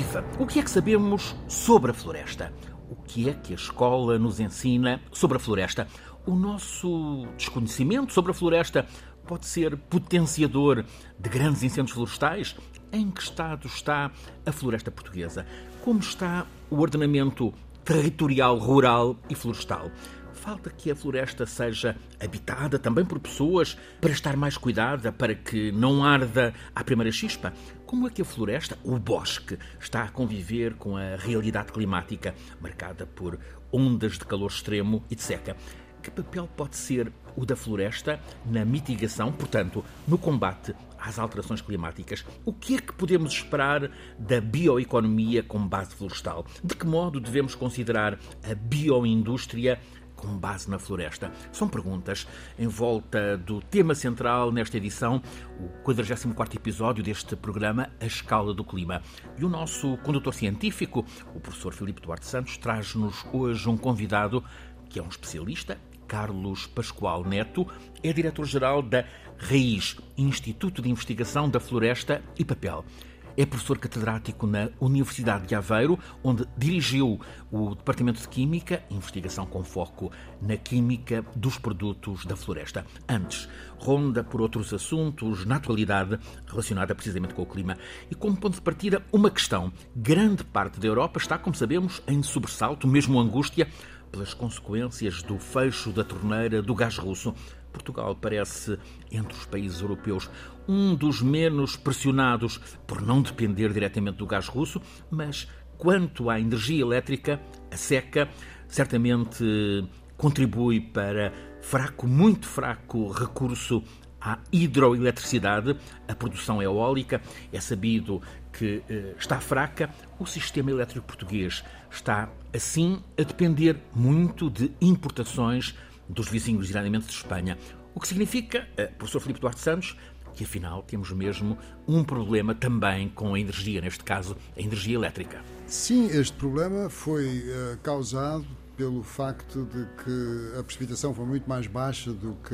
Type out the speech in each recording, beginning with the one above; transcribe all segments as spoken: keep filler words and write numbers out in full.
Viva! O que é que sabemos sobre a floresta? O que é que a escola nos ensina sobre a floresta? O nosso desconhecimento sobre a floresta pode ser potenciador de grandes incêndios florestais? Em que estado está a floresta portuguesa? Como está o ordenamento territorial, rural e florestal? Falta que a floresta seja habitada também por pessoas para estar mais cuidada, para que não arda à primeira chispa? Como é que a floresta, o bosque, está a conviver com a realidade climática marcada por ondas de calor extremo e de seca? Que papel pode ser o da floresta na mitigação, portanto, no combate às alterações climáticas? O que é que podemos esperar da bioeconomia com base florestal? De que modo devemos considerar a bioindústria com base na floresta? São perguntas em volta do tema central nesta edição, o quadragésimo quarto episódio deste programa A Escala do Clima. E o nosso condutor científico, o professor Filipe Duarte Santos, traz-nos hoje um convidado que é um especialista. Carlos Pascoal Neto é diretor-geral da RAIZ, Instituto de Investigação da Floresta e Papel. É professor catedrático na Universidade de Aveiro, onde dirigiu o Departamento de Química, investigação com foco na química dos produtos da floresta. Antes, ronda por outros assuntos, na atualidade, relacionada precisamente com o clima. E como ponto de partida, uma questão. Grande parte da Europa está, como sabemos, em sobressalto, mesmo angústia, pelas consequências do fecho da torneira do gás russo. Portugal parece, entre os países europeus, um dos menos pressionados por não depender diretamente do gás russo, mas quanto à energia elétrica, a seca certamente contribui para fraco, muito fraco recurso à hidroeletricidade, a produção eólica. É sabido que eh, está fraca. O sistema elétrico português está, assim, a depender muito de importações dos vizinhos, designadamente de Espanha. O que significa, eh, professor Filipe Duarte Santos, que afinal temos mesmo um problema também com a energia, neste caso a energia elétrica. Sim, este problema foi uh, causado pelo facto de que a precipitação foi muito mais baixa do que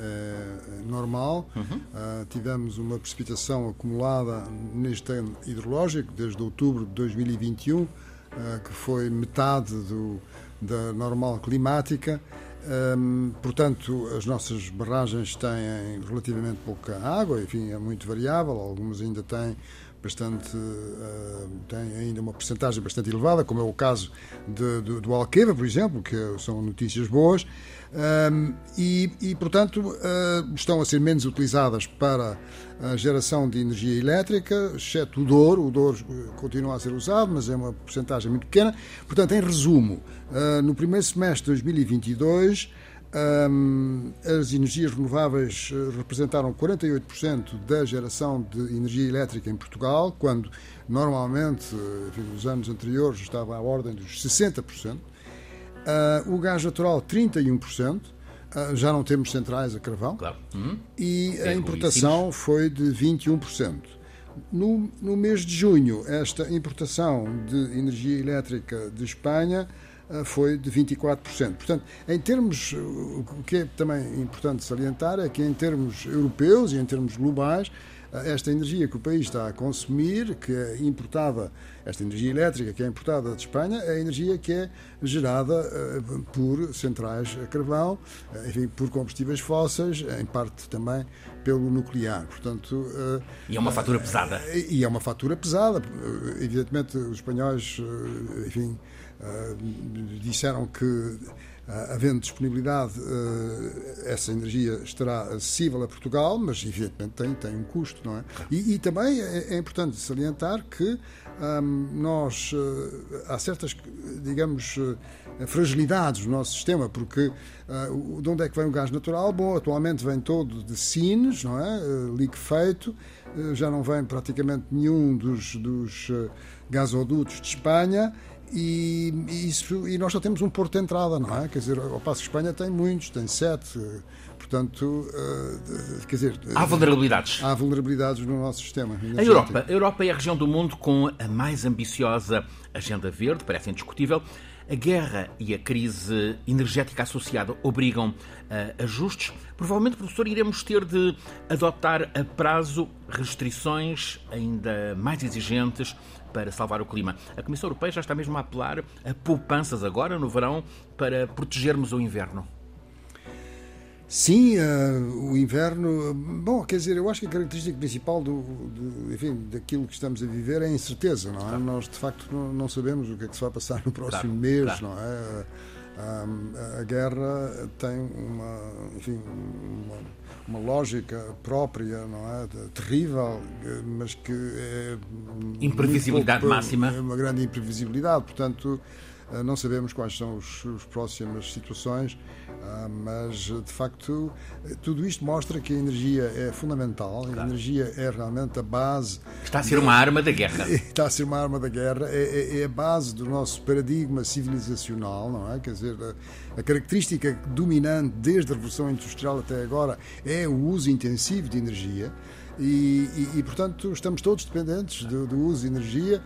é normal. Uhum. Uh, tivemos uma precipitação acumulada neste ano hidrológico, desde outubro de dois mil e vinte e um, uh, que foi metade do, da normal climática. Um, portanto, as nossas barragens têm relativamente pouca água, enfim, é muito variável, algumas ainda têm bastante, uh, têm ainda uma percentagem bastante elevada, como é o caso de, de, do Alqueva, por exemplo, que são notícias boas, um, e, e, portanto, uh, estão a ser menos utilizadas para a geração de energia elétrica, exceto o Douro. O Douro continua a ser usado, mas é uma percentagem muito pequena. Portanto, em resumo, uh, no primeiro semestre de dois mil e vinte e dois, Um, as energias renováveis representaram quarenta e oito por cento da geração de energia elétrica em Portugal, quando normalmente, enfim, nos anos anteriores, estava à ordem dos sessenta por cento. Uh, o gás natural, trinta e um por cento. Uh, já não temos centrais a carvão. Claro. Uhum. E a importação foi de vinte e um por cento. No, no mês de junho, esta importação de energia elétrica de Espanha foi de vinte e quatro por cento. Portanto, em termos, o que é também importante salientar é que em termos europeus e em termos globais, esta energia que o país está a consumir, que é importada, esta energia elétrica que é importada de Espanha, é a energia que é gerada uh, por centrais a carvão, uh, enfim, por combustíveis fósseis, em parte também pelo nuclear. Portanto, uh, e é uma fatura pesada. Uh, e é uma fatura pesada. Uh, evidentemente, os espanhóis, uh, enfim, uh, disseram que, Uh, havendo disponibilidade, uh, essa energia estará acessível a Portugal, mas evidentemente tem, tem um custo, não é? E, e também é, é importante salientar que um, nós, uh, há certas, digamos, uh, fragilidades no nosso sistema, porque uh, de onde é que vem o gás natural? Bom, atualmente vem todo de Sines, não é? Uh, liquefeito, uh, já não vem praticamente nenhum dos, dos uh, gasodutos de Espanha. E, isso, e nós só temos um porto de entrada, não é? Quer dizer, ao passo que Espanha tem muitos, tem sete, portanto, uh, quer dizer... Há vulnerabilidades. Há vulnerabilidades no nosso sistema. A Europa, a Europa é a região do mundo com a mais ambiciosa agenda verde, parece indiscutível. A guerra e a crise energética associada obrigam a ajustes. Provavelmente, professor, iremos ter de adotar a prazo restrições ainda mais exigentes para salvar o clima. A Comissão Europeia já está mesmo a apelar a poupanças agora, no verão, para protegermos o inverno. Sim, uh, o inverno... Bom, quer dizer, eu acho que a característica principal do, do, enfim, daquilo que estamos a viver é a incerteza, não é? Claro. Nós, de facto, não, não sabemos o que é que se vai passar no próximo claro, mês, claro. não é? A, a guerra tem uma, enfim, uma, uma lógica própria, não é? Terrível, mas que é... Imprevisibilidade pouco, máxima. É uma grande imprevisibilidade, portanto... Não sabemos quais são as próximas situações, mas, de facto, tudo isto mostra que a energia é fundamental. Claro. A energia é realmente a base... Está a ser uma arma da guerra. Está a ser uma arma da guerra. É, é a base do nosso paradigma civilizacional, não é? Quer dizer, a, a característica dominante desde a Revolução Industrial até agora é o uso intensivo de energia. E, e, e, portanto, estamos todos dependentes do, do uso de energia.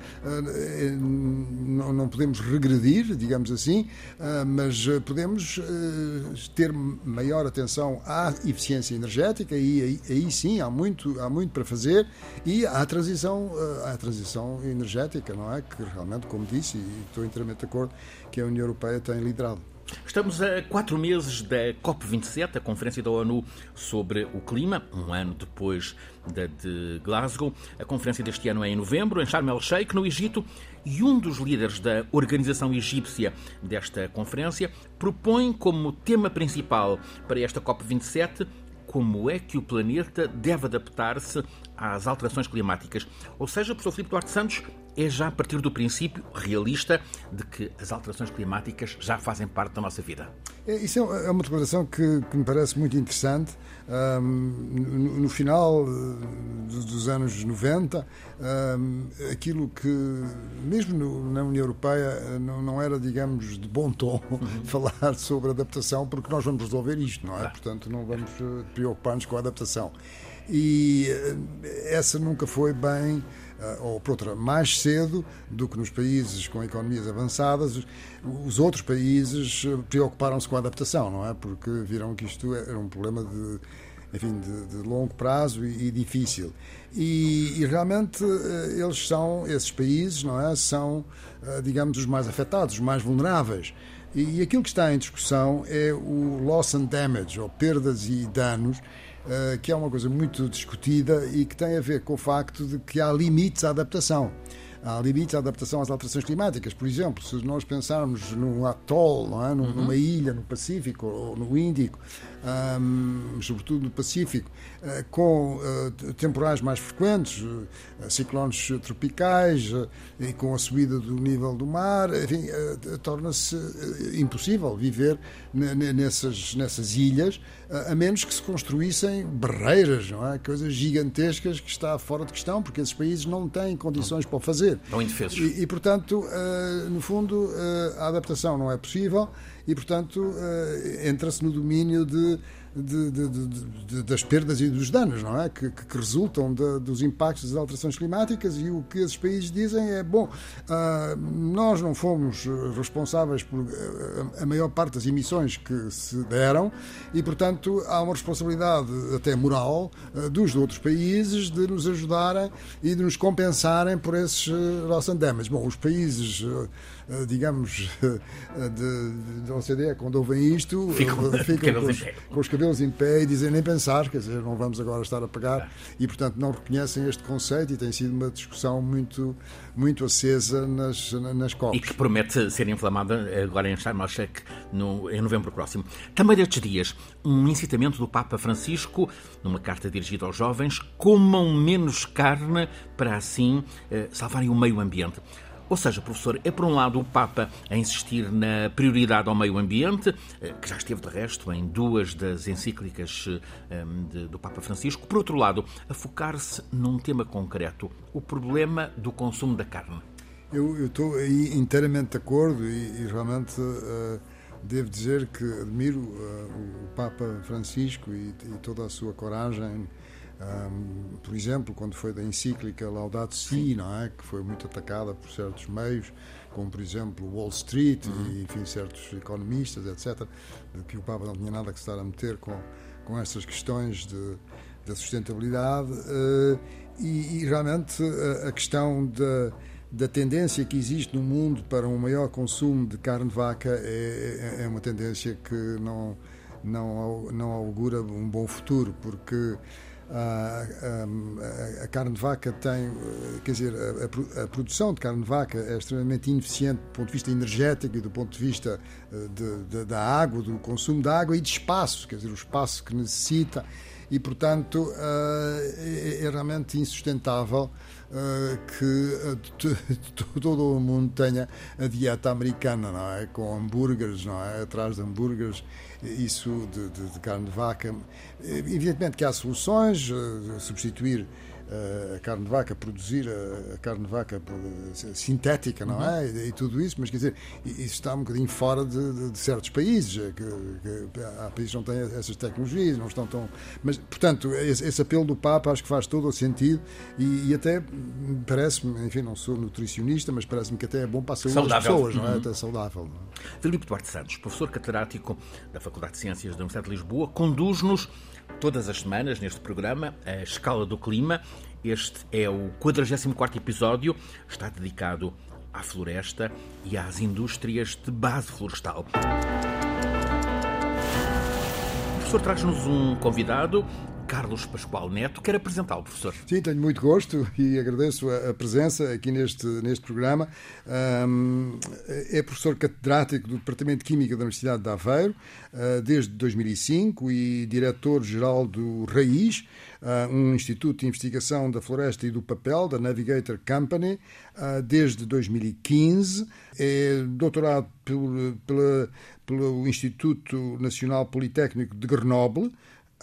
Não, não podemos regredir, digamos assim, mas podemos ter maior atenção à eficiência energética e aí, aí sim há muito, há muito para fazer, e à transição, à transição energética, não é? Que realmente, como disse, e estou inteiramente de acordo, que a União Europeia tem liderado. Estamos a quatro meses da COP vinte e sete, a Conferência da ONU sobre o Clima, um ano depois da de Glasgow. A conferência deste ano é em novembro, em Sharm el-Sheikh, no Egito, e um dos líderes da organização egípcia desta conferência propõe como tema principal para esta COP vinte e sete como é que o planeta deve adaptar-se às alterações climáticas. Ou seja, o professor Filipe Duarte Santos é já a partir do princípio realista de que as alterações climáticas já fazem parte da nossa vida. É, isso é uma declaração que, que me parece muito interessante. Um, no, no final dos anos noventa, um, aquilo que, mesmo no, na União Europeia, não, não era, digamos, de bom tom uhum. falar sobre adaptação, porque nós vamos resolver isto, não é? Claro. Portanto, não vamos preocupar-nos com a adaptação. E essa nunca foi bem, ou por outra, mais cedo do que nos países com economias avançadas. Os outros países preocuparam-se com a adaptação, não é? Porque viram que isto era um problema de, enfim, de, de longo prazo e, e difícil. E, e realmente eles são, esses países, não é? São, digamos, os mais afetados, os mais vulneráveis. E aquilo que está em discussão é o loss and damage, ou perdas e danos, que é uma coisa muito discutida e que tem a ver com o facto de que há limites à adaptação. Há limites à adaptação às alterações climáticas. Por exemplo, se nós pensarmos num atol, não é? Numa uhum. ilha no Pacífico ou no Índico, um, sobretudo no Pacífico, uh, com uh, temporais mais frequentes, uh, ciclones tropicais uh, e com a subida do nível do mar, enfim, uh, torna-se uh, impossível viver nessas, nessas ilhas, uh, a menos que se construíssem barreiras, não é? Coisas gigantescas que está fora de questão, porque esses países não têm condições para o fazer. Estão indefesos. E, e portanto, uh, no fundo, uh, a adaptação não é possível e, portanto, uh, entra-se no domínio de, de, de, de, de, das perdas e dos danos, não é? Que, que resultam de, dos impactos das alterações climáticas, e o que esses países dizem é, bom, uh, nós não fomos responsáveis por uh, a maior parte das emissões que se deram e, portanto, há uma responsabilidade até moral uh, dos outros países de nos ajudarem e de nos compensarem por esses uh, loss and damage. Bom, os países, uh, uh, digamos, da O C D E, quando ouvem isto, ficam, uh, ficam com, os, com os cabelos em pé e dizem nem pensar, quer dizer, não vamos agora estar a pagar, e, portanto, não reconhecem este conceito, e tem sido uma discussão muito, muito acesa nas, nas COPs. E que promete ser inflamada agora em Sharm el-Sheikh no, em novembro próximo. Também destes dias, um incitamento do Papa Francisco, numa carta dirigida aos jovens: comam menos carne para assim eh, salvarem o meio ambiente. Ou seja, professor, é por um lado o Papa a insistir na prioridade ao meio ambiente, que já esteve de resto em duas das encíclicas do Papa Francisco. Por outro lado, a focar-se num tema concreto, o problema do consumo da carne. Eu, eu estou aí inteiramente de acordo e, e realmente uh, devo dizer que admiro uh, o Papa Francisco e, e toda a sua coragem Um, por exemplo, quando foi da encíclica Laudato Si, não é? Que foi muito atacada por certos meios, como por exemplo Wall Street uhum. e enfim, certos economistas, etcétera, de que o Papa não tinha nada que se estar a meter com, com estas questões de, da sustentabilidade uh, e, e realmente a, a questão da, da tendência que existe no mundo para um maior consumo de carne de vaca é, é uma tendência que não, não, não augura um bom futuro, porque A, a, a carne de vaca tem, quer dizer, a, a produção de carne de vaca é extremamente ineficiente do ponto de vista energético e do ponto de vista de, de, da água, do consumo da água e de espaço, quer dizer, o espaço que necessita e, portanto, é, é realmente insustentável que todo o mundo tenha a dieta americana, não é? Com hambúrgueres, não é? Atrás de hambúrgueres, isso de, de, de carne de vaca. Evidentemente que há soluções, substituir a carne de vaca, produzir a carne de vaca sintética, não é? E, e tudo isso, mas quer dizer, isso está um bocadinho fora de, de, de certos países, que, que há países que não têm essas tecnologias, não estão tão... Mas, portanto, esse, esse apelo do Papa acho que faz todo o sentido e, e até parece-me, enfim, não sou nutricionista, mas parece-me que até é bom para a saúde das pessoas, não é? Até saudável. Não é? Filipe Duarte Santos, professor catedrático da Faculdade de Ciências da Universidade de Lisboa, conduz-nos todas as semanas neste programa a Escala do Clima. Este é o quadragésimo quarto episódio, está dedicado à floresta e às indústrias de base florestal. O professor traz-nos um convidado, Carlos Pascoal Neto. Quer apresentá-lo, professor? Sim, tenho muito gosto e agradeço a presença aqui neste, neste programa. Um, é professor catedrático do Departamento de Química da Universidade de Aveiro uh, desde dois mil e cinco e diretor-geral do RAIZ, uh, um instituto de investigação da floresta e do papel, da Navigator Company, uh, desde dois mil e quinze. É doutorado pelo, pela, pelo Instituto Nacional Politécnico de Grenoble.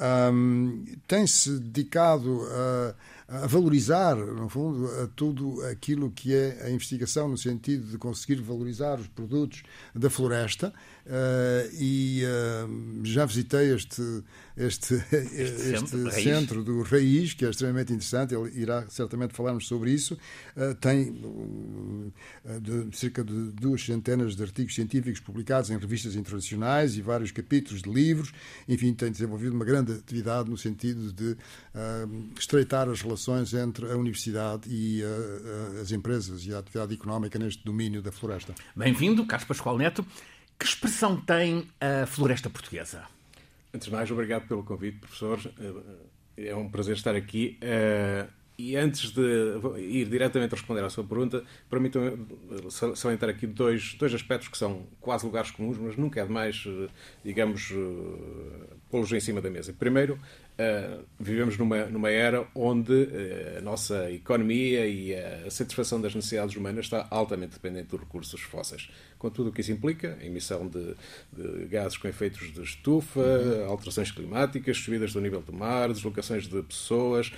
Um, tem-se dedicado a, a valorizar, no fundo, a tudo aquilo que é a investigação no sentido de conseguir valorizar os produtos da floresta uh, e uh, já visitei este, este, este, este centro do RAIZ, que é extremamente interessante, ele irá certamente falar-nos sobre isso. Uh, tem uh, de, cerca de duas centenas de artigos científicos publicados em revistas internacionais e vários capítulos de livros. Enfim, tem desenvolvido uma grande atividade no sentido de uh, estreitar as relações entre a universidade e uh, as empresas e a atividade económica neste domínio da floresta. Bem-vindo, Carlos Pascoal Neto. Que expressão tem a floresta portuguesa? Antes de mais, obrigado pelo convite, professor. É um prazer estar aqui. E antes de ir diretamente a responder à sua pergunta, permitam-me salientar aqui dois, dois aspectos que são quase lugares comuns, mas nunca é demais, digamos, pô-los em cima da mesa. Primeiro, Uh, vivemos numa, numa era onde uh, a nossa economia e a satisfação das necessidades humanas está altamente dependente dos recursos fósseis, com tudo o que isso implica, emissão de, de gases com efeitos de estufa, uhum. alterações climáticas, subidas do nível do mar, deslocações de pessoas,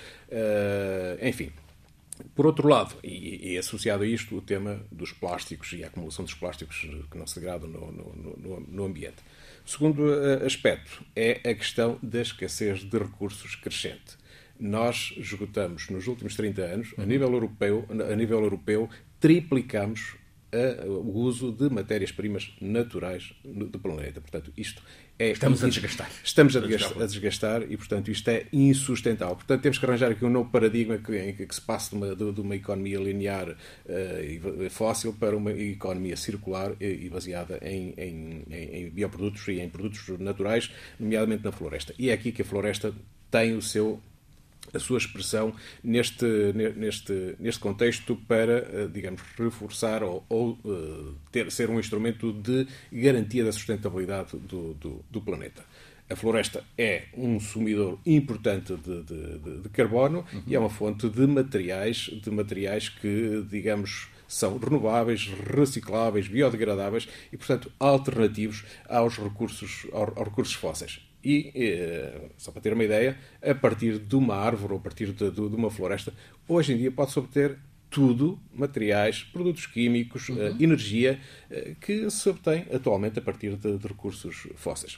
uh, enfim. Por outro lado, e, e associado a isto, o tema dos plásticos e a acumulação dos plásticos que não se degradam no, no, no, no ambiente. O segundo aspecto é a questão da escassez de recursos crescente. Nós esgotamos, nos últimos trinta anos, a nível europeu, a nível europeu triplicamos a, o uso de matérias-primas naturais do planeta. Portanto, isto é... Estamos a desgastar. Estamos a desgastar, a desgastar e, portanto, isto é insustentável. Portanto, temos que arranjar aqui um novo paradigma que, em que se passe de uma, de, de uma economia linear uh, e fóssil para uma economia circular e, e baseada em, em, em bioprodutos e em produtos naturais, nomeadamente na floresta. E é aqui que a floresta tem o seu... a sua expressão neste, neste, neste contexto para, digamos, reforçar ou, ou ter, ser um instrumento de garantia da sustentabilidade do, do, do planeta. A floresta é um consumidor importante de, de, de carbono uhum. e é uma fonte de materiais, de materiais que, digamos, são renováveis, recicláveis, biodegradáveis e, portanto, alternativos aos recursos, aos, aos recursos fósseis. E, só para ter uma ideia, a partir de uma árvore ou a partir de, de uma floresta, hoje em dia pode-se obter tudo, materiais, produtos químicos, uhum. energia, que se obtém atualmente a partir de, de recursos fósseis.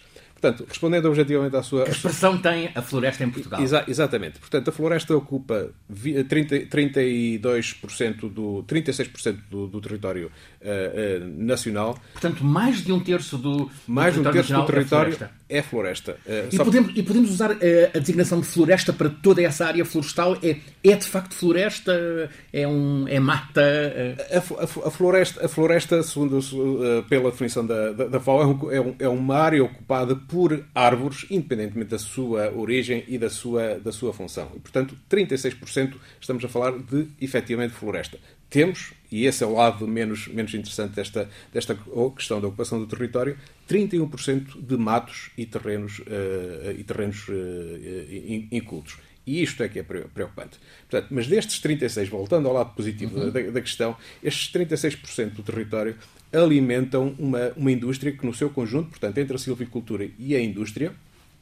Portanto, respondendo objetivamente à sua... Que expressão tem a floresta em Portugal? Exa exatamente. Portanto, a floresta ocupa trinta, trinta e dois por cento do, trinta e seis por cento do, do território uh, uh, nacional. Portanto, mais de um terço do, mais do de um terço do território é floresta. É floresta. Uh, e, só... podemos, e podemos usar uh, a designação de floresta para toda essa área florestal? É, é de facto floresta? É, um, é mata? Uh... A, a, a, floresta, a floresta, segundo uh, pela definição da, da, da F A O, é, um, é uma área ocupada por árvores, independentemente da sua origem e da sua, da sua função. E, portanto, trinta e seis por cento estamos a falar de, efetivamente, floresta. Temos, e esse é o lado menos, menos interessante desta, desta questão da ocupação do território, trinta e um por cento de matos e terrenos, uh, e terrenos uh, incultos. E isto é que é preocupante. Portanto, mas destes trinta e seis por cento, voltando ao lado positivo uhum. da, da questão, estes trinta e seis por cento do território alimentam uma, uma indústria que, no seu conjunto, portanto, entre a silvicultura e a indústria,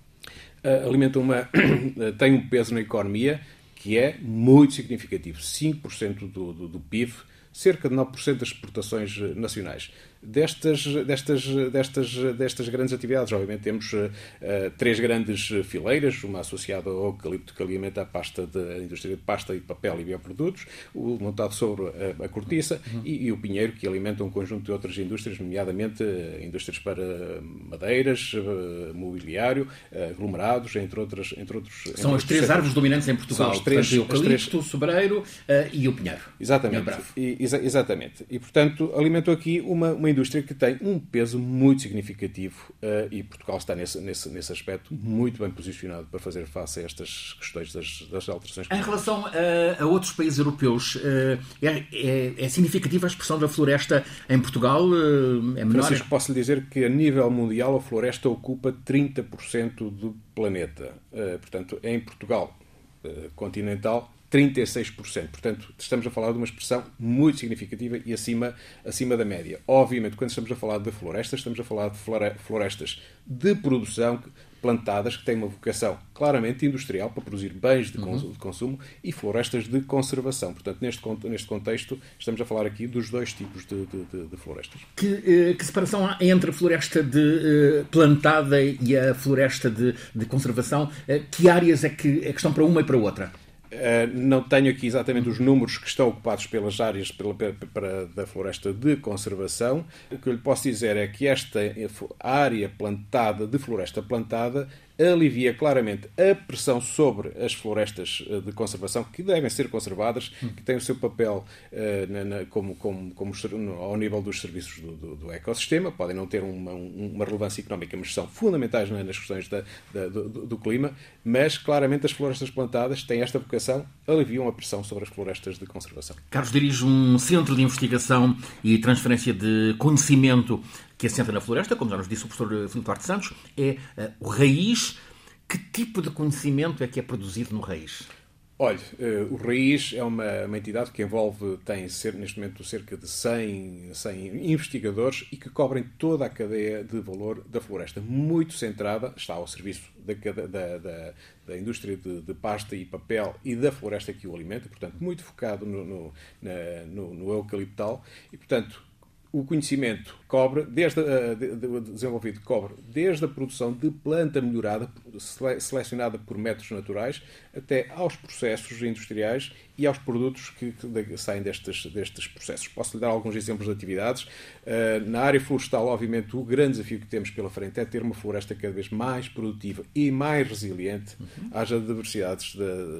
uh, alimentam uma, tem um peso na economia que é muito significativo. cinco por cento do, do, do P I B, cerca de nove por cento das exportações nacionais. Destas, destas, destas, destas grandes atividades, obviamente, temos uh, três grandes fileiras, uma associada ao eucalipto, que alimenta a, pasta de, a indústria de pasta e papel e bioprodutos, o montado sobre a, a cortiça, uhum. e, e o pinheiro, que alimenta um conjunto de outras indústrias, nomeadamente uh, indústrias para madeiras, uh, mobiliário, uh, aglomerados, entre outras... Entre outros São entre as outros três setores. árvores dominantes em Portugal. São as três, portanto, o eucalipto, três... o sobreiro uh, e o pinheiro. Exatamente. E, exa exatamente. E, portanto, alimentam aqui uma, uma indústria que tem um peso muito significativo uh, e Portugal está nesse, nesse, nesse aspecto muito bem posicionado para fazer face a estas questões das, das alterações climáticas. Em relação a, a outros países europeus, uh, é, é, é significativa a expressão da floresta em Portugal? Uh, é menor? Francisco, posso lhe dizer que a nível mundial a floresta ocupa trinta por cento do planeta. Uh, portanto, em Portugal uh, continental, trinta e seis por cento. Portanto, estamos a falar de uma expressão muito significativa e acima, acima da média. Obviamente, quando estamos a falar de florestas, estamos a falar de florestas de produção plantadas, que têm uma vocação claramente industrial para produzir bens de, uhum. de consumo, e florestas de conservação. Portanto, neste, neste contexto, estamos a falar aqui dos dois tipos de, de, de florestas. Que, que separação há entre a floresta de, plantada e a floresta de, de conservação? Que áreas é que, é que estão para uma e para outra? Uh, não tenho aqui exatamente os números que estão ocupados pelas áreas pela, para, da floresta de conservação. O que eu lhe posso dizer é que esta área plantada, de floresta plantada, alivia claramente a pressão sobre as florestas de conservação, que devem ser conservadas, que têm o seu papel uh, na, na, como, como, como ao nível dos serviços do, do, do ecossistema. Podem não ter uma, uma relevância económica, mas são fundamentais nas questões da, da, do, do clima. Mas, claramente, as florestas plantadas têm esta vocação, aliviam a pressão sobre as florestas de conservação. Carlos dirige um centro de investigação e transferência de conhecimento que assenta na floresta, como já nos disse o professor Filipe Duarte Santos, é uh, o Raiz. Que tipo de conhecimento é que é produzido no Raiz? Olha, uh, o Raiz é uma, uma entidade que envolve, tem ser, neste momento cerca de cem, cem investigadores e que cobrem toda a cadeia de valor da floresta, muito centrada, está ao serviço da, da, da, da indústria de, de pasta e papel e da floresta que o alimenta, portanto, muito focado no, no, na, no, no eucaliptal e, portanto, o conhecimento cobre, desde, uh, de, de, desenvolvido cobre desde a produção de planta melhorada, sele, selecionada por métodos naturais, até aos processos industriais e aos produtos que, que saem destes, destes processos. Posso-lhe dar alguns exemplos de atividades. Uh, na área florestal, obviamente, o grande desafio que temos pela frente é ter uma floresta cada vez mais produtiva e mais resiliente, uhum. haja diversidades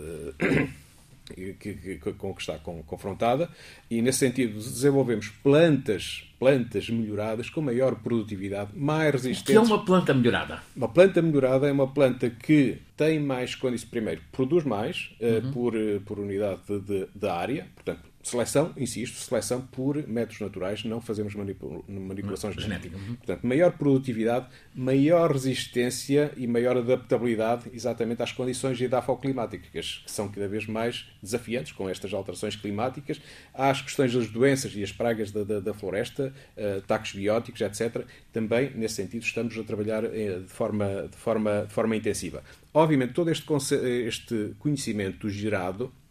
de... Que, que, com que está confrontada, e nesse sentido desenvolvemos plantas, plantas melhoradas com maior produtividade, mais resistentes. O que é uma planta melhorada? Uma planta melhorada é uma planta que tem mais condições, primeiro, produz mais uhum. uh, por, por unidade de, de, de área, portanto, seleção, insisto, seleção por métodos naturais, não fazemos manipula manipulações genéticas. Uhum. Portanto, maior produtividade, maior resistência e maior adaptabilidade exatamente às condições edafoclimáticas, que são cada vez mais desafiantes com estas alterações climáticas, às questões das doenças e as pragas da, da, da floresta, uh, ataques bióticos, etcétera. Também, nesse sentido, estamos a trabalhar uh, de, forma, de, forma, de forma intensiva. Obviamente, todo este, este conhecimento gerado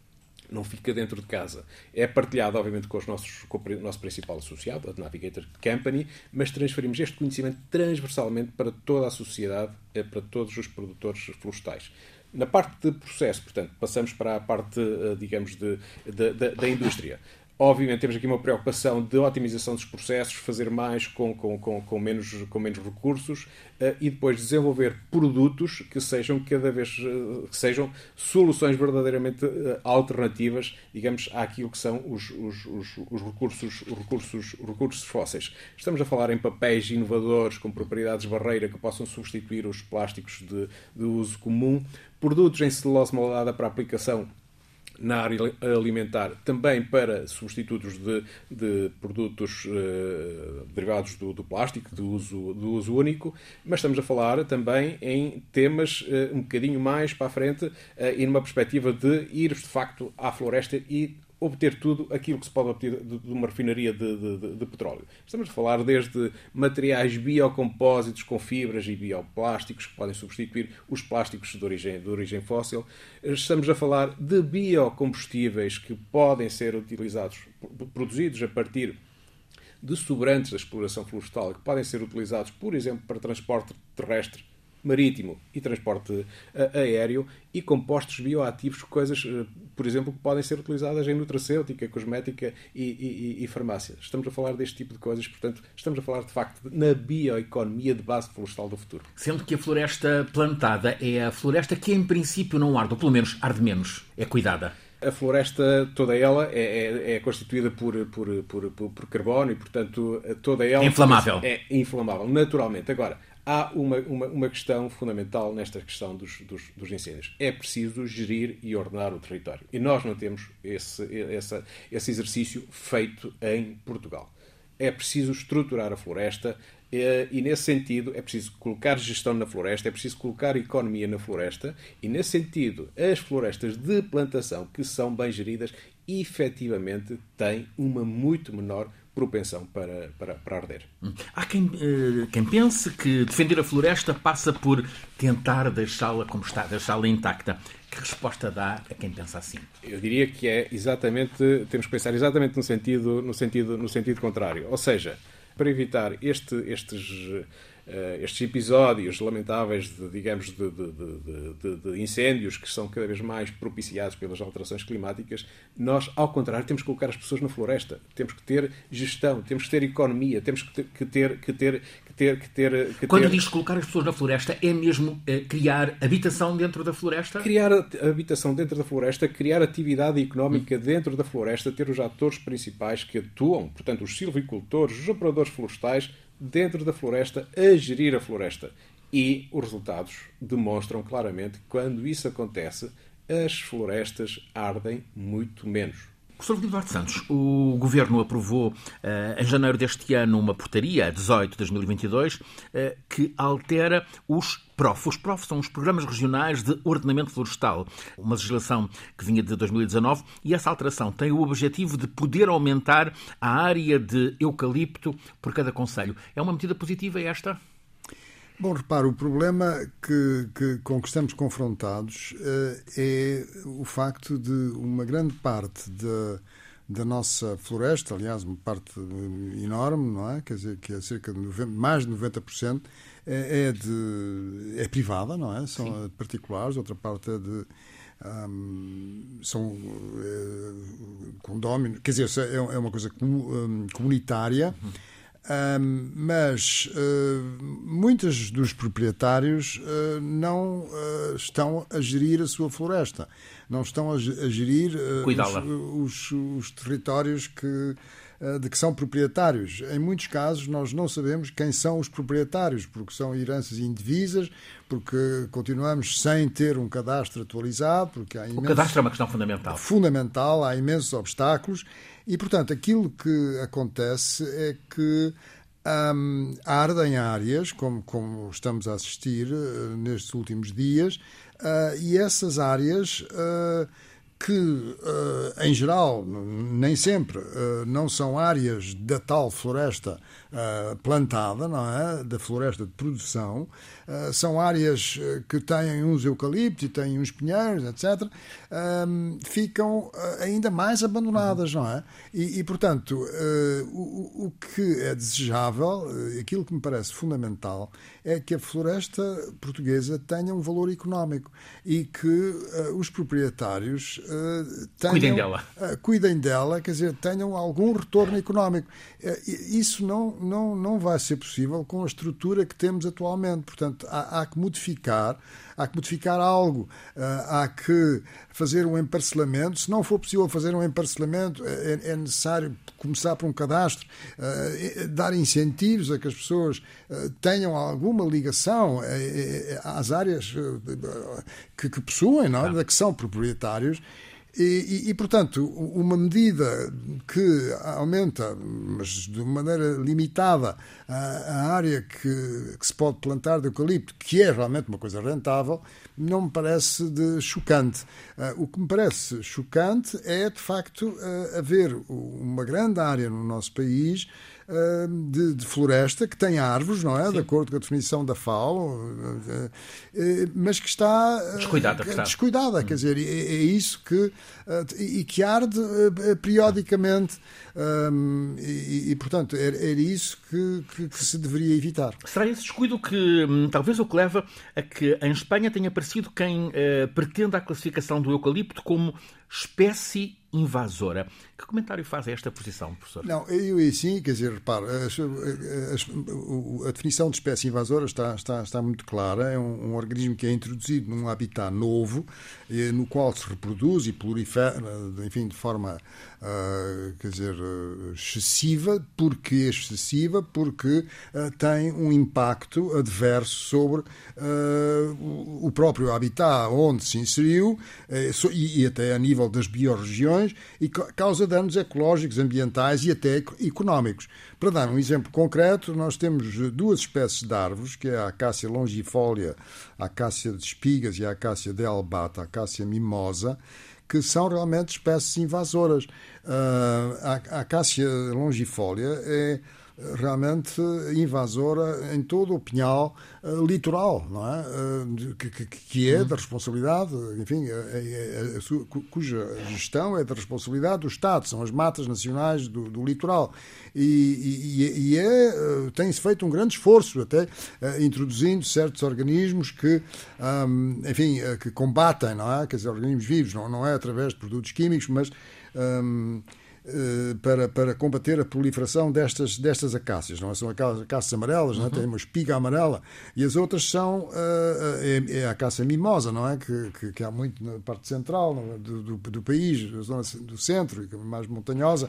não fica dentro de casa. É partilhado, obviamente, com, os nossos, com o nosso principal associado, a Navigator Company, mas transferimos este conhecimento transversalmente para toda a sociedade, para todos os produtores florestais. Na parte de processo, portanto, passamos para a parte, digamos, de, de, de, da indústria. Obviamente temos aqui uma preocupação de otimização dos processos, fazer mais com, com, com, com, menos, com menos recursos uh, e depois desenvolver produtos que sejam cada vez uh, que sejam soluções verdadeiramente uh, alternativas, digamos, àquilo que são os, os, os, os, recursos, os, recursos, os recursos fósseis. Estamos a falar em papéis inovadores com propriedades barreira que possam substituir os plásticos de, de uso comum, produtos em celulose moldada para aplicação na área alimentar, também para substitutos de, de produtos uh, derivados do, do plástico, de uso, de uso único, mas estamos a falar também em temas uh, um bocadinho mais para a frente uh, e numa perspectiva de ir, de facto, à floresta e obter tudo aquilo que se pode obter de, de uma refinaria de, de, de, de petróleo. Estamos a falar desde materiais biocompósitos com fibras e bioplásticos que podem substituir os plásticos de origem, de origem fóssil. Estamos a falar de biocombustíveis que podem ser utilizados, produzidos a partir de sobrantes da exploração florestal, que podem ser utilizados, por exemplo, para transporte terrestre, marítimo e transporte aéreo, e compostos bioativos, coisas, por exemplo, que podem ser utilizadas em nutracêutica, cosmética e, e, e farmácia. Estamos a falar deste tipo de coisas, portanto, estamos a falar, de facto, na bioeconomia de base florestal do futuro. Sendo que a floresta plantada é a floresta que, em princípio, não arde, ou pelo menos arde menos, é cuidada. A floresta, toda ela, é, é, é constituída por, por, por, por, por carbono e, portanto, toda ela... É inflamável. É inflamável, naturalmente. Agora, há uma, uma, uma questão fundamental nesta questão dos, dos, dos incêndios. É preciso gerir e ordenar o território. E nós não temos esse, esse, esse exercício feito em Portugal. É preciso estruturar a floresta e, nesse sentido, é preciso colocar gestão na floresta, é preciso colocar economia na floresta e, nesse sentido, as florestas de plantação que são bem geridas, efetivamente, têm uma muito menor propensão para, para, para arder. Há quem, uh, quem pense que defender a floresta passa por tentar deixá-la como está, deixá-la intacta. Que resposta dá a quem pensa assim? Eu diria que é exatamente, temos que pensar exatamente no sentido, no sentido, no sentido contrário. Ou seja, para evitar este, estes, uh, estes episódios lamentáveis de, digamos, de, de, de, de, de incêndios que são cada vez mais propiciados pelas alterações climáticas, nós, ao contrário, temos que colocar as pessoas na floresta. Temos que ter gestão, temos que ter economia, temos que ter... Que ter, que ter, que ter, que ter que Quando ter... diz colocar as pessoas na floresta, é mesmo é, criar habitação dentro da floresta? Criar habitação dentro da floresta, criar atividade económica hum. dentro da floresta, ter os atores principais que atuam, portanto, os silvicultores, os operadores florestais, dentro da floresta, a gerir a floresta. E os resultados demonstram claramente que, quando isso acontece, as florestas ardem muito menos. professor Eduardo Santos, o Governo aprovou uh, em janeiro deste ano uma portaria, dezoito de dois mil e vinte e dois, uh, que altera os P R O F. Os P R O F são os Programas Regionais de Ordenamento Florestal, uma legislação que vinha de dois mil e dezanove, e essa alteração tem o objetivo de poder aumentar a área de eucalipto por cada concelho. É uma medida positiva esta? Bom, repara, o problema que, que, com que estamos confrontados uh, é o facto de uma grande parte da, da nossa floresta, aliás, uma parte enorme, não é? Quer dizer, que é cerca de noventa, mais de noventa por cento, é, é, de, é privada, não é? São Sim. particulares, outra parte é de... Um, são é, condóminos, quer dizer, é, é uma coisa um, comunitária. Uhum. Um, mas uh, muitos dos proprietários uh, não uh, estão a gerir a sua floresta, não estão a, a gerir uh, os, os, os territórios que, uh, de que são proprietários. Em muitos casos nós não sabemos quem são os proprietários, porque são heranças indivisas, porque continuamos sem ter um cadastro atualizado. Porque há imensos... O cadastro é uma questão fundamental. Fundamental, há imensos obstáculos. E, portanto, aquilo que acontece é que um, ardem áreas, como, como estamos a assistir uh, nestes últimos dias, uh, e essas áreas uh, que, em geral, nem sempre, não são áreas da tal floresta plantada, não é? Da floresta de produção. São áreas que têm uns eucaliptos e têm uns pinheiros, etcétera, ficam ainda mais abandonadas, não é? E, e portanto, o, o que é desejável, aquilo que me parece fundamental, é que a floresta portuguesa tenha um valor económico e que uh, os proprietários uh, tenham, cuidem dela. Uh, cuidem dela, quer dizer, tenham algum retorno económico. Uh, isso não, não, não vai ser possível com a estrutura que temos atualmente. Portanto, há, há que modificar, há que modificar algo, uh, há que fazer um emparcelamento. Se não for possível fazer um emparcelamento, é, é necessário começar por um cadastro, uh, dar incentivos a que as pessoas uh, tenham alguma ligação uh, às áreas uh, que, que possuem, não é? Que são proprietários. E, e, e, portanto, uma medida que aumenta, mas de maneira limitada, a, a área que, que se pode plantar de eucalipto, que é realmente uma coisa rentável, não me parece de chocante. Uh, o que me parece chocante é, de facto, uh, haver uma grande área no nosso país De, de floresta, que tem árvores, não é? Sim. De acordo com a definição da F A O, mas que está descuidada. Que está. descuidada hum. Quer dizer, é, é isso que... e que arde periodicamente. Um, e, e, portanto, era, era isso que, que, que se deveria evitar. Será esse descuido que, talvez, o que leva a que em Espanha tenha aparecido quem eh, pretenda a classificação do eucalipto como espécie invasora? Que comentário faz a esta posição, professor? Não, eu e sim, quer dizer, repare, a, a, a definição de espécie invasora está, está, está muito clara. É um, um organismo que é introduzido num habitat novo, no qual se reproduz e prolifera, enfim, de forma, uh, quer dizer, excessiva. Porque excessiva? Porque uh, tem um impacto adverso sobre uh, o próprio habitat onde se inseriu uh, e, e até a nível das biorregiões, e causa danos ecológicos, ambientais e até económicos. Para dar um exemplo concreto, nós temos duas espécies de árvores, que é a acácia longifólia, a acácia de espigas e a acácia dealbata, a acácia mimosa, que são realmente espécies invasoras. A acácia longifólia é realmente invasora em todo o pinhal uh, litoral, não é? Uh, que, que, que é da responsabilidade, enfim, é, é, é, sua, cuja gestão é da responsabilidade do Estado, são as matas nacionais do, do litoral. E, e, e é, uh, tem-se feito um grande esforço, até uh, introduzindo certos organismos que, um, enfim, uh, que combatem, não é? Quer dizer, organismos vivos, não, não é através de produtos químicos, mas um, Para, para combater a proliferação destas, destas acácias. Não são acácias amarelas, uhum. não é? Tem uma espiga amarela, e as outras são uh, é, é a acácia mimosa, não é? Que, que, que há muito na parte central do, do, do país, na zona do centro, mais montanhosa,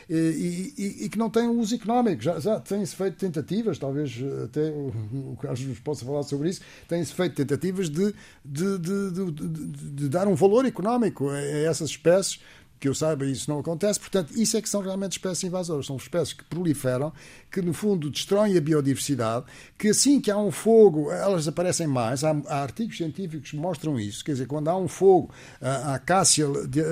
e, e, e que não tem um uso económico. Já, já têm-se feito tentativas, talvez até o Carlos nos possa falar sobre isso, têm-se feito tentativas de, de, de, de, de, de dar um valor económico a essas espécies. Que eu saiba, isso não acontece. Portanto, isso é que são realmente espécies invasoras. São espécies que proliferam, que, no fundo, destroem a biodiversidade, que assim que há um fogo, elas aparecem mais. Há, há artigos científicos que mostram isso. Quer dizer, quando há um fogo, a acácia de,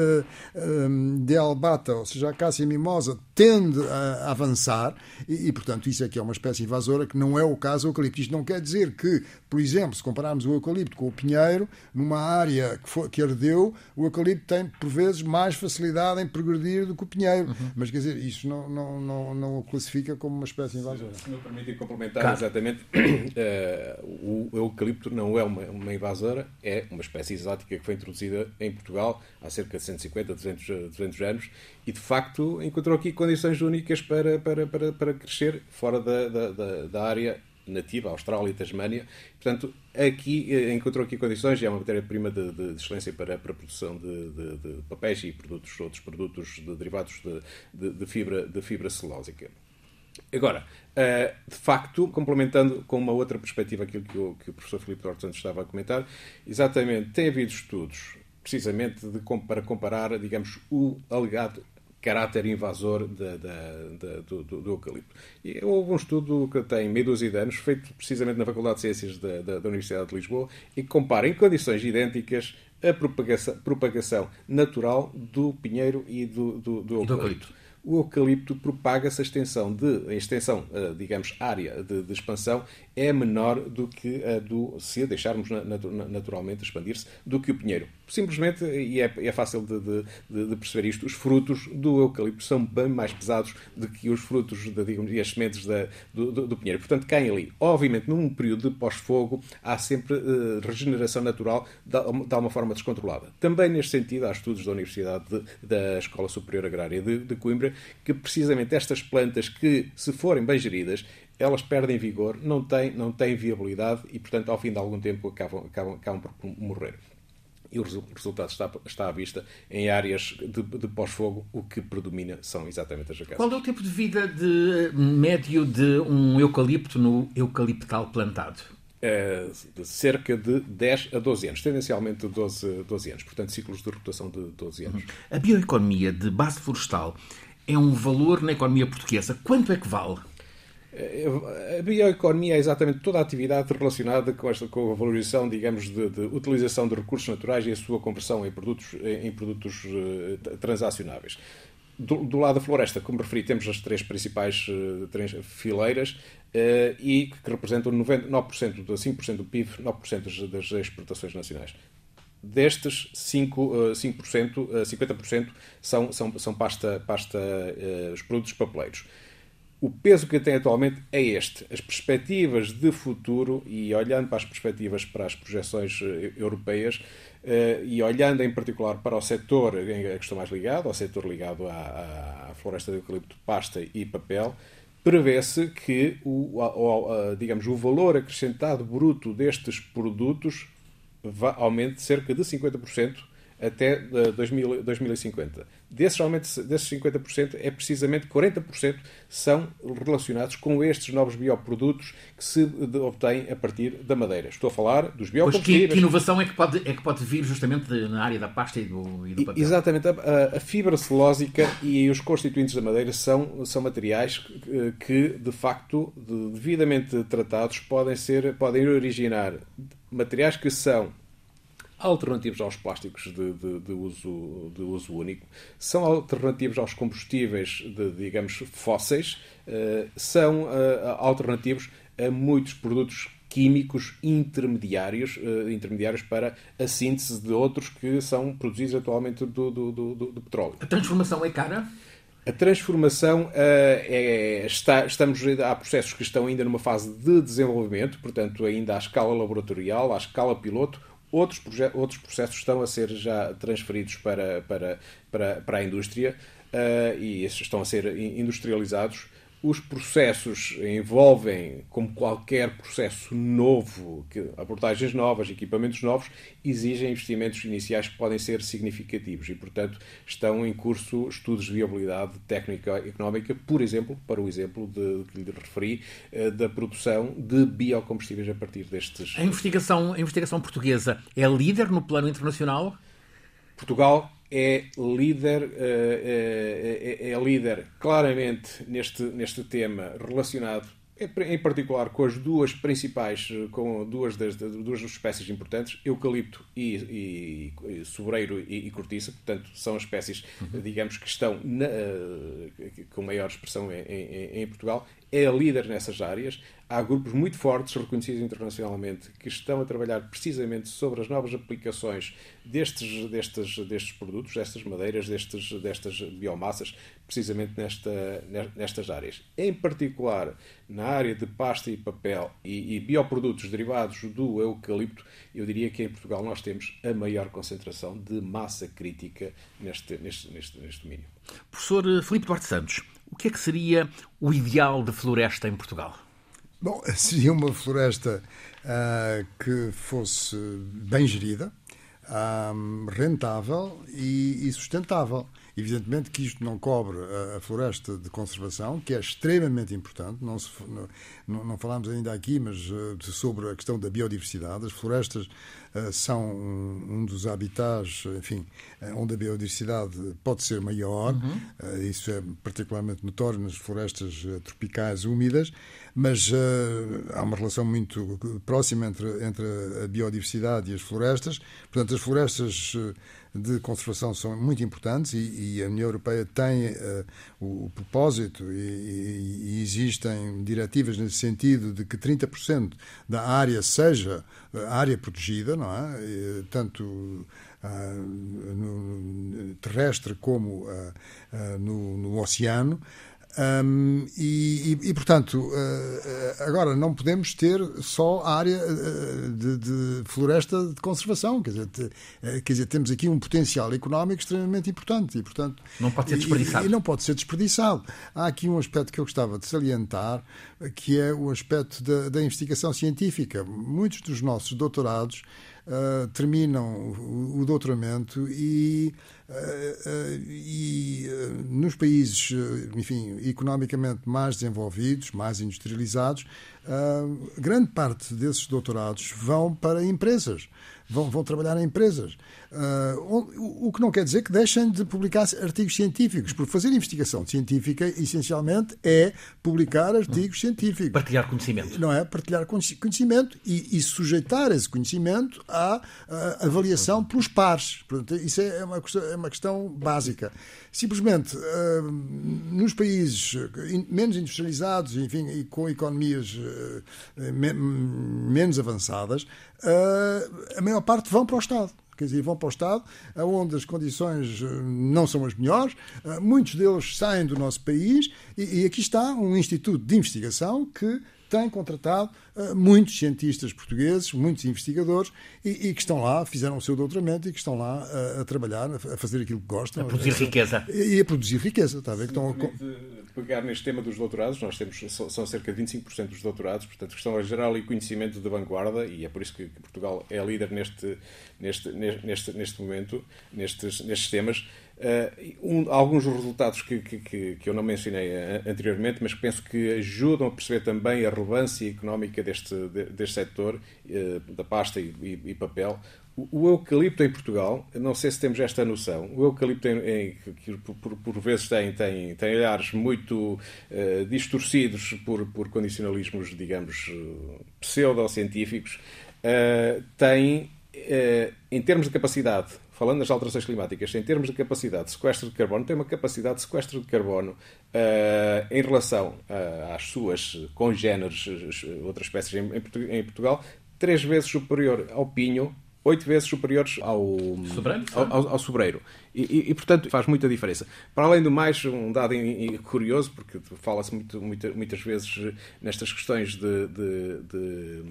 de albata, ou seja, a acácia mimosa, tende a avançar e, e, portanto, isso é que é uma espécie invasora, que não é o caso do eucalipto. Isto não quer dizer que, por exemplo, se compararmos o eucalipto com o pinheiro, numa área que, foi, que ardeu, o eucalipto tem, por vezes, mais facilidade em progredir do que o pinheiro. Uhum. Mas, quer dizer, isso não, não, não, não o classifica como uma espécie invasora. Se me permitem complementar, claro. Exatamente, uh, o eucalipto não é uma, uma invasora, é uma espécie exótica que foi introduzida em Portugal há cerca de cento e cinquenta, duzentos anos e, de facto, encontrou aqui condições únicas para, para, para, para crescer fora da, da, da, da área nativa, Austrália e Tasmânia. Portanto, aqui encontrou aqui condições e é uma matéria-prima de, de, de excelência para, para a produção de, de, de papéis e produtos, outros produtos de, derivados de, de, de, fibra, de fibra celulósica. Agora, de facto, complementando com uma outra perspectiva aquilo que o, que o professor Filipe Duarte Santos estava a comentar, exatamente, tem havido estudos, precisamente, de, para comparar, digamos, o alegado caráter invasor da, da, da, do, do, do eucalipto. E houve um estudo que tem meia dúzia de anos, feito precisamente na Faculdade de Ciências da, da, da Universidade de Lisboa, e que compara em condições idênticas a propagação, propagação natural do pinheiro e do, do, do eucalipto. O eucalipto propaga-se a extensão, de, a extensão, digamos, área de, de expansão é menor do que a do, se a deixarmos naturalmente expandir-se, do que o pinheiro. Simplesmente, e é, é fácil de, de, de perceber isto, os frutos do eucalipto são bem mais pesados do que os frutos, de, digamos, e as sementes da, do, do, do pinheiro. Portanto, caem ali. Obviamente, num período de pós-fogo, há sempre uh, regeneração natural de, de uma forma descontrolada. Também, neste sentido, há estudos da Universidade de, da Escola Superior Agrária de, de Coimbra, que precisamente estas plantas que, se forem bem geridas, elas perdem vigor, não têm, não têm viabilidade e, portanto, ao fim de algum tempo acabam, acabam, acabam por morrer. E o resultado está, está à vista. Em áreas de, de pós-fogo, o que predomina são exatamente as jacaças. Qual é o tempo de vida de médio de um eucalipto no eucaliptal plantado? É, de cerca de dez a doze anos, tendencialmente doze, doze anos, portanto ciclos de rotação de doze anos. A bioeconomia de base florestal é um valor na economia portuguesa. Quanto é que vale? A bioeconomia é exatamente toda a atividade relacionada com, esta, com a valorização, digamos, de, de utilização de recursos naturais e a sua conversão em produtos, em produtos uh, transacionáveis. Do, do lado da floresta, como referi, temos as três principais uh, três fileiras uh, e que representam noventa e nove por cento, cinco por cento do P I B, nove por cento das exportações nacionais. Destes, cinco por cento, cinquenta por cento são, são, são pasta, pasta uh, os produtos papeleiros. O peso que tem atualmente é este. As perspectivas de futuro, e olhando para as perspectivas, para as projeções europeias, e olhando em particular para o setor a que estou mais ligado, ao setor ligado à, à floresta de eucalipto, pasta e papel, prevê-se que o, o, digamos, o valor acrescentado bruto destes produtos aumente cerca de cinquenta por cento até dois mil e cinquenta. Desses, desses cinquenta por cento, é precisamente quarenta por cento são relacionados com estes novos bioprodutos que se obtêm a partir da madeira. Estou a falar dos biocombustíveis. Pois que, que inovação é que, pode, é que pode vir justamente na área da pasta e do, e do papel? Exatamente. A, a fibra celulósica e os constituintes da madeira são, são materiais que, que, de facto, devidamente tratados, podem, ser, podem originar materiais que são alternativos aos plásticos de, de, de, uso, de uso único, são alternativos aos combustíveis, de, digamos, fósseis, uh, são uh, alternativos a muitos produtos químicos intermediários, uh, intermediários para a síntese de outros que são produzidos atualmente do, do, do, do petróleo. A transformação é cara? A transformação uh, é, está, estamos, há processos que estão ainda numa fase de desenvolvimento, portanto, ainda à escala laboratorial, à escala piloto. Outros, outros processos estão a ser já transferidos para, para, para, para a indústria uh, e esses estão a ser industrializados. Os processos envolvem, como qualquer processo novo, que, abordagens novas, equipamentos novos, exigem investimentos iniciais que podem ser significativos e, portanto, estão em curso estudos de viabilidade técnico-económica, por exemplo, para o exemplo de, que lhe referi, da produção de biocombustíveis a partir destes... A investigação, a investigação portuguesa é líder no plano internacional? Portugal é líder, é, é, é líder claramente neste, neste tema relacionado, em particular com as duas principais, com duas das, duas das espécies importantes, eucalipto e, e, e sobreiro e, e cortiça, portanto são as espécies, uhum. digamos, que estão na, com maior expressão em, em, em Portugal, é a líder nessas áreas. Há grupos muito fortes, reconhecidos internacionalmente, que estão a trabalhar precisamente sobre as novas aplicações destes, destes, destes produtos, destas madeiras, destes, destas biomassas, precisamente nesta, nestas áreas. Em particular, na área de pasta e papel e, e bioprodutos derivados do eucalipto, eu diria que em Portugal nós temos a maior concentração de massa crítica neste, neste, neste, neste domínio. Professor Filipe Duarte Santos, o que é que seria o ideal de floresta em Portugal? Bom, seria uma floresta uh, que fosse bem gerida, um, rentável e, e sustentável. Evidentemente que isto não cobre a, a floresta de conservação, que é extremamente importante. Não, se, não, não falámos ainda aqui, mas uh, sobre a questão da biodiversidade. As florestas uh, são um, um dos habitats, enfim, onde a biodiversidade pode ser maior. Uhum. Uh, isso é particularmente notório nas florestas uh, tropicais úmidas, mas uh, há uma relação muito próxima entre, entre a biodiversidade e as florestas. Portanto, as florestas uh, de conservação são muito importantes e, e a União Europeia tem uh, o, o propósito e, e, e existem diretivas nesse sentido de que trinta por cento da área seja a área protegida, não é? E, tanto uh, no, terrestre como uh, uh, no, no oceano. Um, e, e, e, portanto, uh, agora não podemos ter só a área uh, de, de floresta de conservação, quer dizer, te, uh, quer dizer, temos aqui um potencial económico extremamente importante e, portanto, não pode ser desperdiçado. E, e não pode ser desperdiçado. Há aqui um aspecto que eu gostava de salientar, que é o aspecto da, da investigação científica. Muitos dos nossos doutorados uh, terminam o, o doutoramento e Uh, uh, e uh, nos países, uh, enfim, economicamente mais desenvolvidos, mais industrializados, uh, grande parte desses doutorados vão para empresas, vão, vão trabalhar em empresas. Uh, o, o que não quer dizer que deixem de publicar artigos científicos, porque fazer investigação científica, essencialmente, é publicar artigos hum. científicos. Partilhar conhecimento. Não é? Partilhar conhecimento e, e sujeitar esse conhecimento à, à avaliação pelos pares. Portanto, isso é uma questão, é uma questão básica. Simplesmente, uh, nos países menos industrializados, enfim, e com economias uh, me, menos avançadas, uh, a maior parte vão para o Estado. Quer dizer, vão para o Estado, onde as condições não são as melhores, muitos deles saem do nosso país e, e aqui está um instituto de investigação que tem contratado uh, muitos cientistas portugueses, muitos investigadores e, e que estão lá, fizeram o seu doutoramento e que estão lá uh, a trabalhar, a fazer aquilo que gostam. A produzir a, riqueza. E, e a produzir riqueza, está a ver? Que estão a... Pegar neste tema dos doutorados, nós temos, são cerca de vinte e cinco por cento dos doutorados, portanto, questão a geral e conhecimento de vanguarda, e é por isso que, que Portugal é líder neste, neste, neste, neste momento, nestes, nestes temas. Uh, um, alguns dos resultados que, que, que eu não mencionei anteriormente, mas que penso que ajudam a perceber também a relevância económica deste, deste setor, uh, da pasta e, e, e papel. O, o eucalipto em Portugal, não sei se temos esta noção, o eucalipto em, em, que por, por vezes tem, tem, tem olhares muito uh, distorcidos por, por condicionalismos, digamos, uh, pseudocientíficos, uh, tem, uh, em termos de capacidade, falando das alterações climáticas, em termos de capacidade de sequestro de carbono, tem uma capacidade de sequestro de carbono uh, em relação uh, às suas congêneres, outras espécies em, em Portugal, três vezes superior ao pinho, oito vezes superiores ao sobreiro, ao, ao, ao sobreiro. E, e, e, portanto, faz muita diferença. Para além do mais, um dado curioso, porque fala-se muito, muita, muitas vezes nestas questões de, de, de,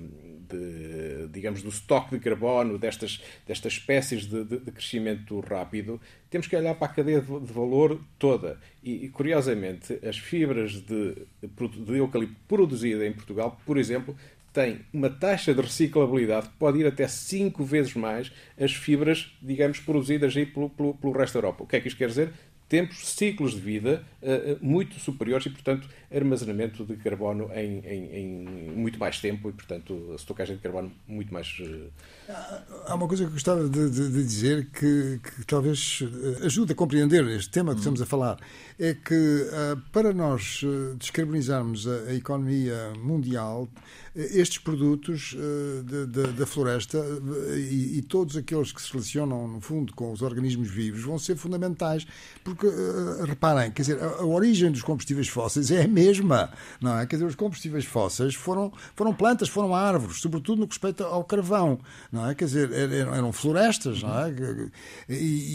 de, digamos, do estoque de carbono, destas, destas espécies de, de, de crescimento rápido, temos que olhar para a cadeia de, de valor toda. E, e, curiosamente, as fibras de, de, de eucalipto produzida em Portugal, por exemplo, tem uma taxa de reciclabilidade que pode ir até cinco vezes mais as fibras, digamos, produzidas aí pelo, pelo, pelo resto da Europa. O que é que isto quer dizer? Temos ciclos de vida uh, muito superiores e, portanto, armazenamento de carbono em, em, em muito mais tempo e, portanto, estocagem de carbono muito mais... Uh... Há uma coisa que eu gostava de, de, de dizer que, que talvez ajude a compreender este tema que estamos a falar. É que, uh, para nós uh, descarbonizarmos a, a economia mundial, estes produtos uh, de, de, da floresta uh, e, e todos aqueles que se relacionam, no fundo, com os organismos vivos vão ser fundamentais. Porque, uh, reparem, quer dizer, a, a origem dos combustíveis fósseis é a mesma, não é? Quer dizer, os combustíveis fósseis foram, foram plantas, foram árvores, sobretudo no que respeita ao carvão, não é? Quer dizer, eram, eram florestas, não é? E,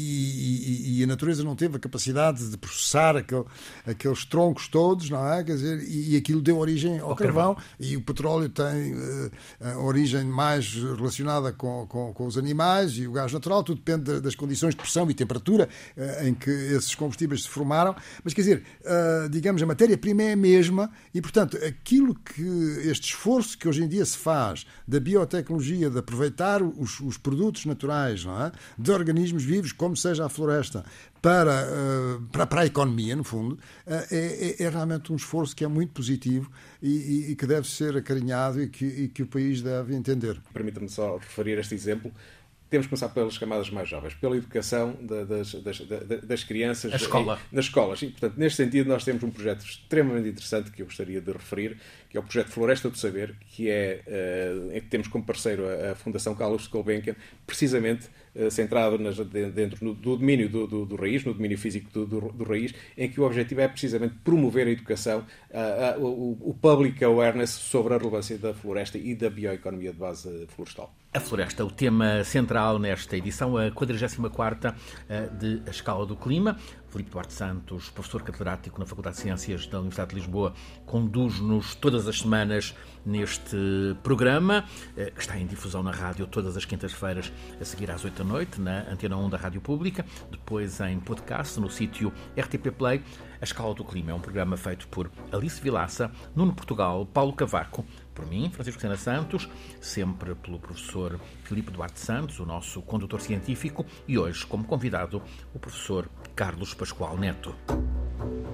e, e a natureza não teve a capacidade de processar aquele, aqueles troncos todos, não é? Quer dizer, e, e aquilo deu origem ao, ao carvão, carvão, e o petróleo tem uh, a origem mais relacionada com, com, com os animais e o gás natural, tudo depende das condições de pressão e temperatura uh, em que esses esses combustíveis se formaram, mas quer dizer, uh, digamos, a matéria-prima é a mesma e, portanto, aquilo que este esforço que hoje em dia se faz da biotecnologia, de aproveitar os, os produtos naturais, não é? De organismos vivos, como seja a floresta, para, uh, para, para a economia, no fundo, uh, é, é, é realmente um esforço que é muito positivo e, e, e que deve ser acarinhado e que, e que o país deve entender. Permita-me só referir este exemplo. Temos que começar pelas camadas mais jovens, pela educação das, das, das crianças a escola. Em, nas escolas. E, portanto, neste sentido, nós temos um projeto extremamente interessante que eu gostaria de referir, que é o projeto Floresta do Saber, que é, é que temos como parceiro a, a Fundação Carlos Gulbenkian, precisamente uh, centrado nas, dentro no, do domínio do, do, do raiz, no domínio físico do, do, do raiz, em que o objetivo é precisamente promover a educação, a, a, o, o public awareness sobre a relevância da floresta e da bioeconomia de base florestal. A floresta, o tema central nesta edição, a quadragésima quarta de A Escala do Clima. Filipe Duarte Santos, professor catedrático na Faculdade de Ciências da Universidade de Lisboa, conduz-nos todas as semanas neste programa, que está em difusão na rádio todas as quintas-feiras, a seguir às oito da noite, na Antena um da Rádio Pública, depois em podcast no sítio R T P Play. A Escala do Clima é um programa feito por Alice Vilaça, Nuno Portugal, Paulo Cavaco, por mim, Francisco Sena Santos, sempre pelo professor Filipe Duarte Santos, o nosso condutor científico, e hoje, como convidado, o professor Carlos Pascoal Neto.